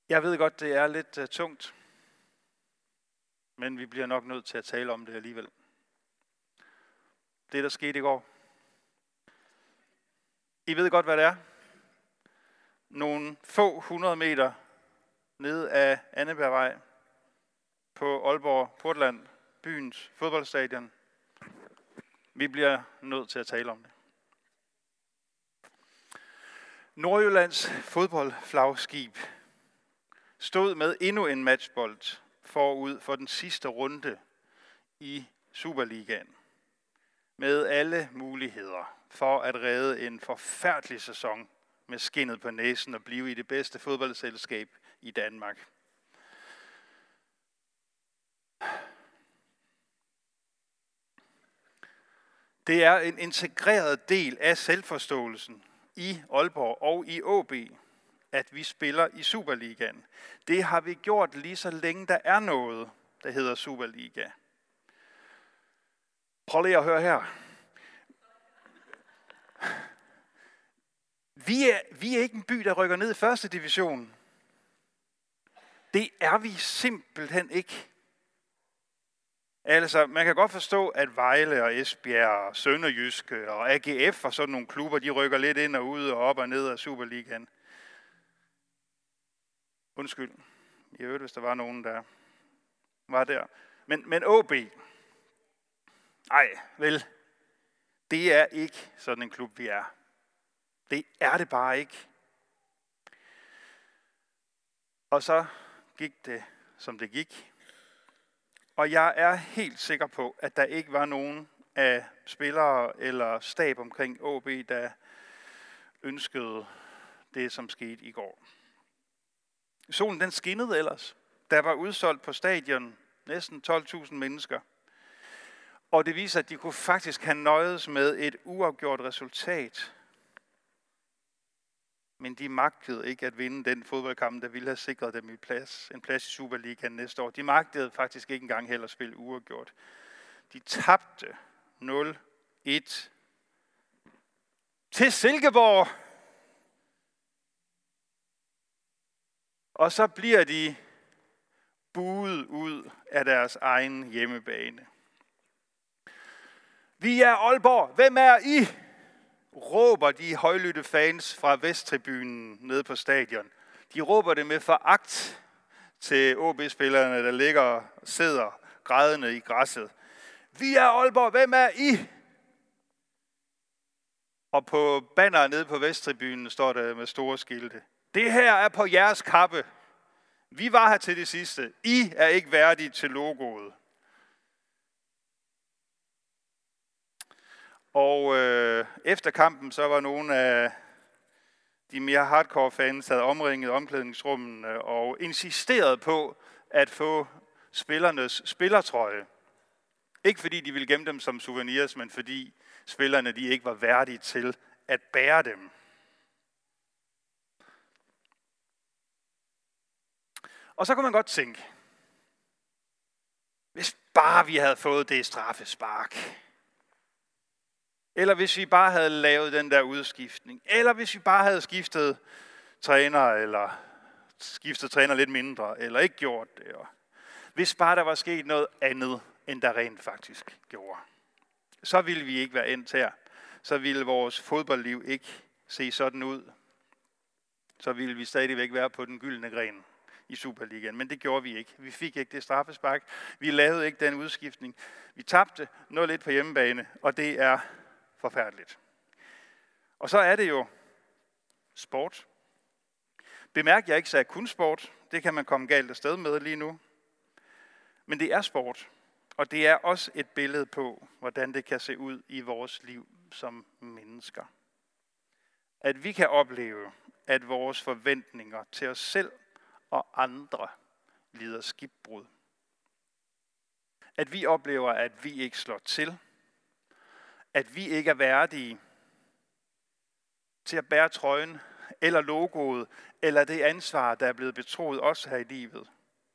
Jeg ved godt, det er lidt tungt, men vi bliver nok nødt til at tale om det alligevel. Det, der skete i går. I ved godt, hvad det er. Nogle få 100 meter nede af Annebergvej på Aalborg Portland, byens fodboldstadion. Vi bliver nødt til at tale om det. Nordjyllands fodboldflagskib stod med endnu en matchbold forud for den sidste runde i Superligaen. Med alle muligheder for at redde en forfærdelig sæson med skindet på næsen og blive i det bedste fodboldselskab i Danmark. Det er en integreret del af selvforståelsen i Aalborg og i AaB, at vi spiller i Superligaen. Det har vi gjort lige så længe der er noget, der hedder Superliga. Prøv lige at høre her. Vi er ikke en by, der rykker ned i første division. Det er vi simpelthen ikke. Altså, man kan godt forstå, at Vejle og Esbjerg og Sønderjyske og AGF og sådan nogle klubber, de rykker lidt ind og ud og op og ned af Superligaen. Undskyld. Jeg hørte, hvis der var nogen, der var der. Men AaB, vel, det er ikke sådan en klub, vi er. Det er det bare ikke. Og så gik det, som det gik. Og jeg er helt sikker på, at der ikke var nogen af spillere eller stab omkring AaB, der ønskede det, som skete i går. Solen den skinnede ellers. Der var udsolgt på stadion næsten 12.000 mennesker. Og det viser, at de kunne faktisk have nøjedes med et uafgjort resultat. Men de magtede ikke at vinde den fodboldkamp, der ville have sikret dem en plads i Superligaen næste år. De magtede faktisk ikke engang heller at spille uafgjort. De tabte 0-1 til Silkeborg. Og så bliver de buet ud af deres egen hjemmebane. Vi er Aalborg. Hvem er I? Råber de højlydte fans fra Vesttribunen nede på stadion. De råber det med foragt til AaB-spillerne, der ligger og sidder grædende i græsset. Vi er Aalborg. Hvem er I? Og på banneret nede på Vesttribunen står der med store skilte. Det her er på jeres kappe. Vi var her til det sidste. I er ikke værdige til logoet. Og efter kampen, så var nogle af de mere hardcore fans havde omringet omklædningsrummene og insisteret på at få spillernes spillertrøje. Ikke fordi de ville gemme dem som souvenirs, men fordi spillerne de ikke var værdige til at bære dem. Og så kunne man godt tænke, hvis bare vi havde fået det straffespark, eller hvis vi bare havde lavet den der udskiftning, eller hvis vi bare havde skiftet træner lidt mindre, eller ikke gjort det. Hvis bare der var sket noget andet, end der rent faktisk gjorde, så ville vi ikke være endt her. Så ville vores fodboldliv ikke se sådan ud. Så ville vi stadigvæk være på den gyldne gren i Superligaen, men det gjorde vi ikke. Vi fik ikke det straffespark. Vi lavede ikke den udskiftning. Vi tabte 0-1 på hjemmebane, og det er forfærdeligt. Og så er det jo sport. Bemærk, jeg ikke sagde kun sport. Det kan man komme galt afsted med lige nu. Men det er sport. Og det er også et billede på, hvordan det kan se ud i vores liv som mennesker. At vi kan opleve, at vores forventninger til os selv og andre lider skibbrud. At vi oplever, at vi ikke slår til. At vi ikke er værdige til at bære trøjen, eller logoet, eller det ansvar, der er blevet betroet os her i livet.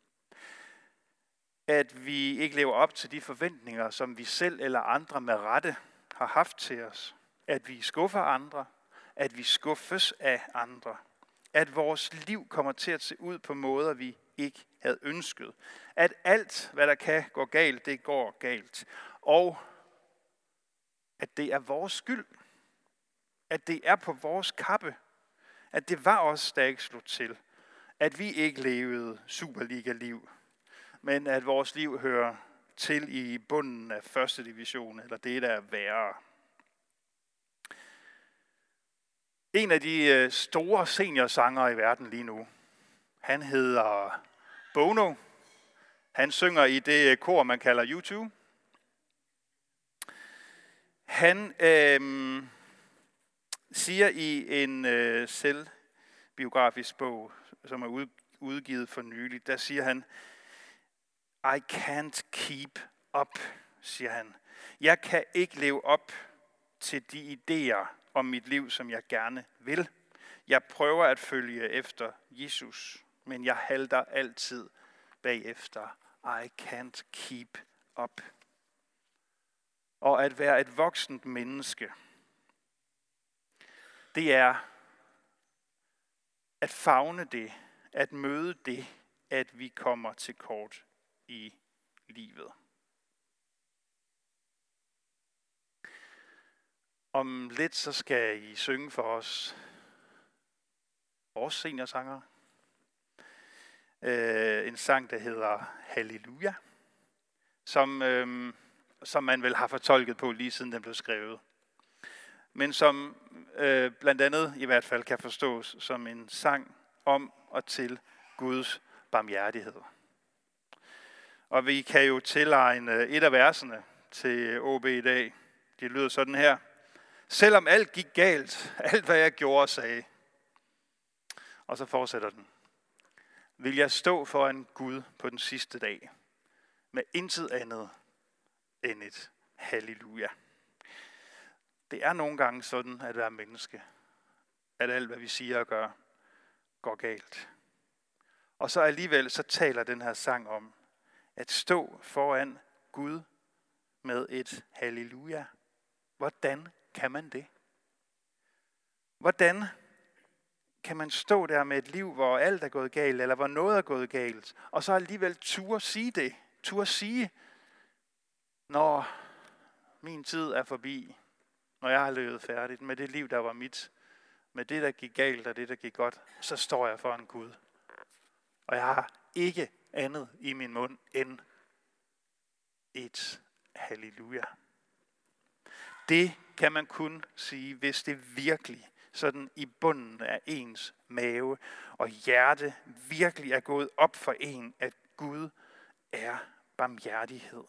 At vi ikke lever op til de forventninger, som vi selv eller andre med rette har haft til os. At vi skuffer andre, at vi skuffes af andre. at vores liv kommer til at se ud på måder, vi ikke havde ønsket. At alt, hvad der kan gå galt, det går galt. Og at det er vores skyld. At det er på vores kappe. At det var os, der ikke slog til. At vi ikke levede Superliga-liv, men at vores liv hører til i bunden af første division, eller det, der er værre. En af de store seniorsangere i verden lige nu, han hedder Bono. Han synger i det kor, man kalder U2. Han siger i en selvbiografisk bog, som er udgivet for nylig, der siger han, I can't keep up, siger han. Jeg kan ikke leve op til de idéer om mit liv, som jeg gerne vil. Jeg prøver at følge efter Jesus, men jeg halter altid bagefter. I can't keep up. Og at være et voksent menneske, det er at favne det, at møde det, at vi kommer til kort i livet. Om lidt så skal I synge for os, vores seniorsanger, en sang, der hedder Halleluja, som man vel har fortolket på lige siden den blev skrevet. Men som blandt andet i hvert fald kan forstås som en sang om og til Guds barmhjertighed. Og vi kan jo tilegne et af versene til OB i dag. Det lyder sådan her. Selvom alt gik galt, alt hvad jeg gjorde og sagde. Og så fortsætter den. Vil jeg stå foran Gud på den sidste dag, med intet andet end et halleluja. Det er nogle gange sådan at være menneske, at alt hvad vi siger og gør, går galt. Og så alligevel så taler den her sang om, at stå foran Gud med et halleluja. Hvordan kan man det? Hvordan kan man stå der med et liv, hvor alt er gået galt, eller hvor noget er gået galt, og så alligevel turde sige det? Turde sige, når min tid er forbi, når jeg har levet færdigt med det liv, der var mit, med det, der gik galt og det, der gik godt, så står jeg foran Gud. Og jeg har ikke andet i min mund end et halleluja. Det kan man kun sige, hvis det virkelig sådan i bunden af ens mave og hjerte virkelig er gået op for en, at Gud er barmhjertighed.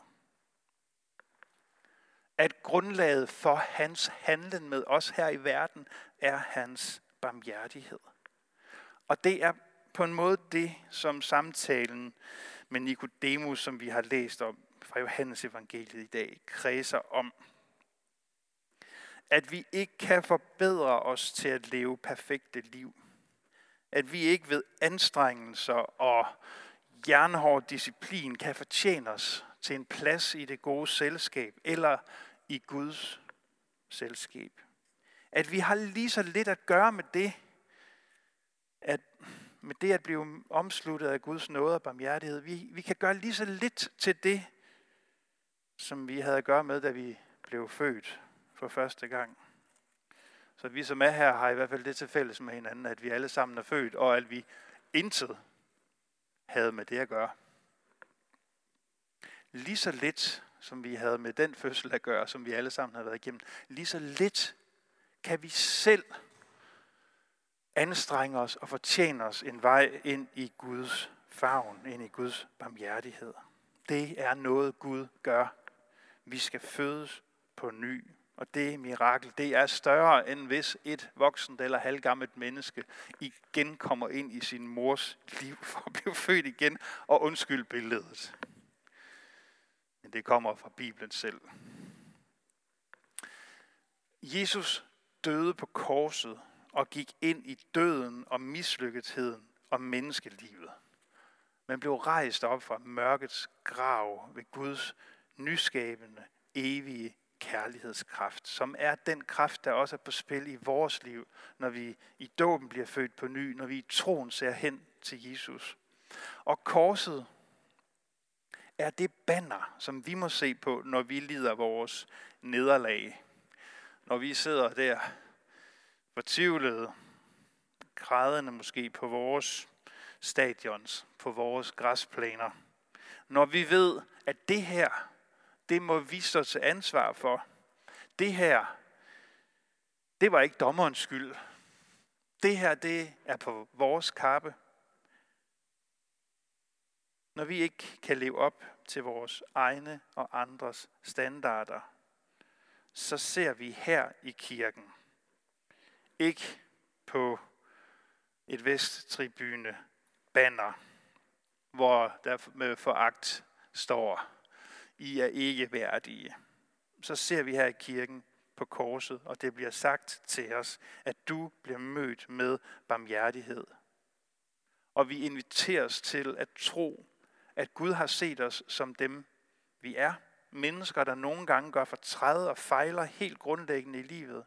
At grundlaget for hans handlen med os her i verden er hans barmhjertighed. Og det er på en måde det, som samtalen med Nikodemus, som vi har læst om fra Johannes evangeliet i dag, kredser om. At vi ikke kan forbedre os til at leve perfekte liv. At vi ikke ved anstrengelser og jernhård disciplin kan fortjene os til en plads i det gode selskab eller i Guds selskab. At vi har lige så lidt at gøre med det, at blive omsluttet af Guds nåde og barmhjertighed. Vi kan gøre lige så lidt til det, som vi havde at gøre med, da vi blev født for første gang. Så vi som er her har i hvert fald det til fælles med hinanden, at vi alle sammen er født, og at vi intet havde med det at gøre. Lige så lidt, som vi havde med den fødsel at gøre, som vi alle sammen har været igennem, lige så lidt kan vi selv anstrenge os og fortjene os en vej ind i Guds favn, ind i Guds barmhjertighed. Det er noget Gud gør. Vi skal fødes på ny. Og det mirakel, det er større end hvis et voksent eller halvgammelt menneske igen kommer ind i sin mors liv for at blive født igen og undskylde billedet. Men det kommer fra Bibelen selv. Jesus døde på korset og gik ind i døden og mislykketheden og menneskelivet. Men blev rejst op fra mørkets grav ved Guds nyskabende, evige kærlighedskraft, som er den kraft, der også er på spil i vores liv, når vi i dåben bliver født på ny, når vi i troen ser hen til Jesus. Og korset er det banner, som vi må se på, når vi lider vores nederlag. Når vi sidder der fortvivlede, grædende måske på vores stadions, på vores græsplæner. Når vi ved, at det her, det må vi stå til ansvar for. Det her, det var ikke dommerens skyld. Det her, det er på vores kappe. Når vi ikke kan leve op til vores egne og andres standarder, så ser vi her i kirken, ikke på et vesttribune banner, hvor der med foragt står, I er ikke værdige. Så ser vi her i kirken på korset, og det bliver sagt til os, at du bliver mødt med barmhjertighed. Og vi inviteres til at tro, at Gud har set os som dem, vi er. Mennesker, der nogle gange gør fortræd og fejler helt grundlæggende i livet.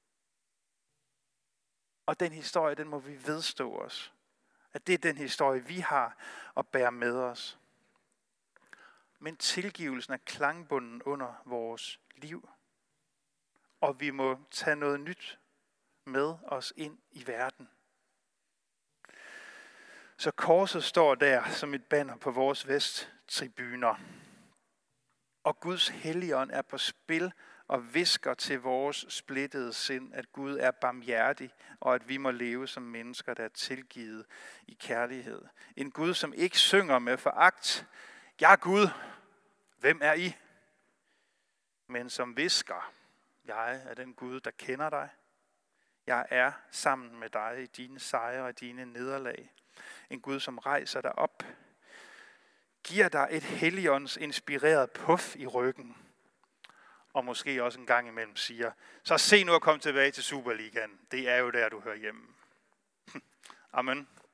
Og den historie, den må vi vedstå os. At det er den historie, vi har og bærer med os. Men tilgivelsen er klangbunden under vores liv. Og vi må tage noget nyt med os ind i verden. Så korset står der som et banner på vores vesttribuner. Og Guds Helligånd er på spil og visker til vores splittede sind, at Gud er barmhjertig, og at vi må leve som mennesker, der er tilgivet i kærlighed. En Gud, som ikke synger med foragt, jeg er Gud, hvem er I? Men som visker, jeg er den Gud, der kender dig. Jeg er sammen med dig i dine sejre og dine nederlag. En Gud, som rejser dig op, giver dig et Helligånds inspireret puff i ryggen, og måske også en gang imellem siger, så se nu at komme tilbage til Superligaen. Det er jo der, du hører hjemme. Amen.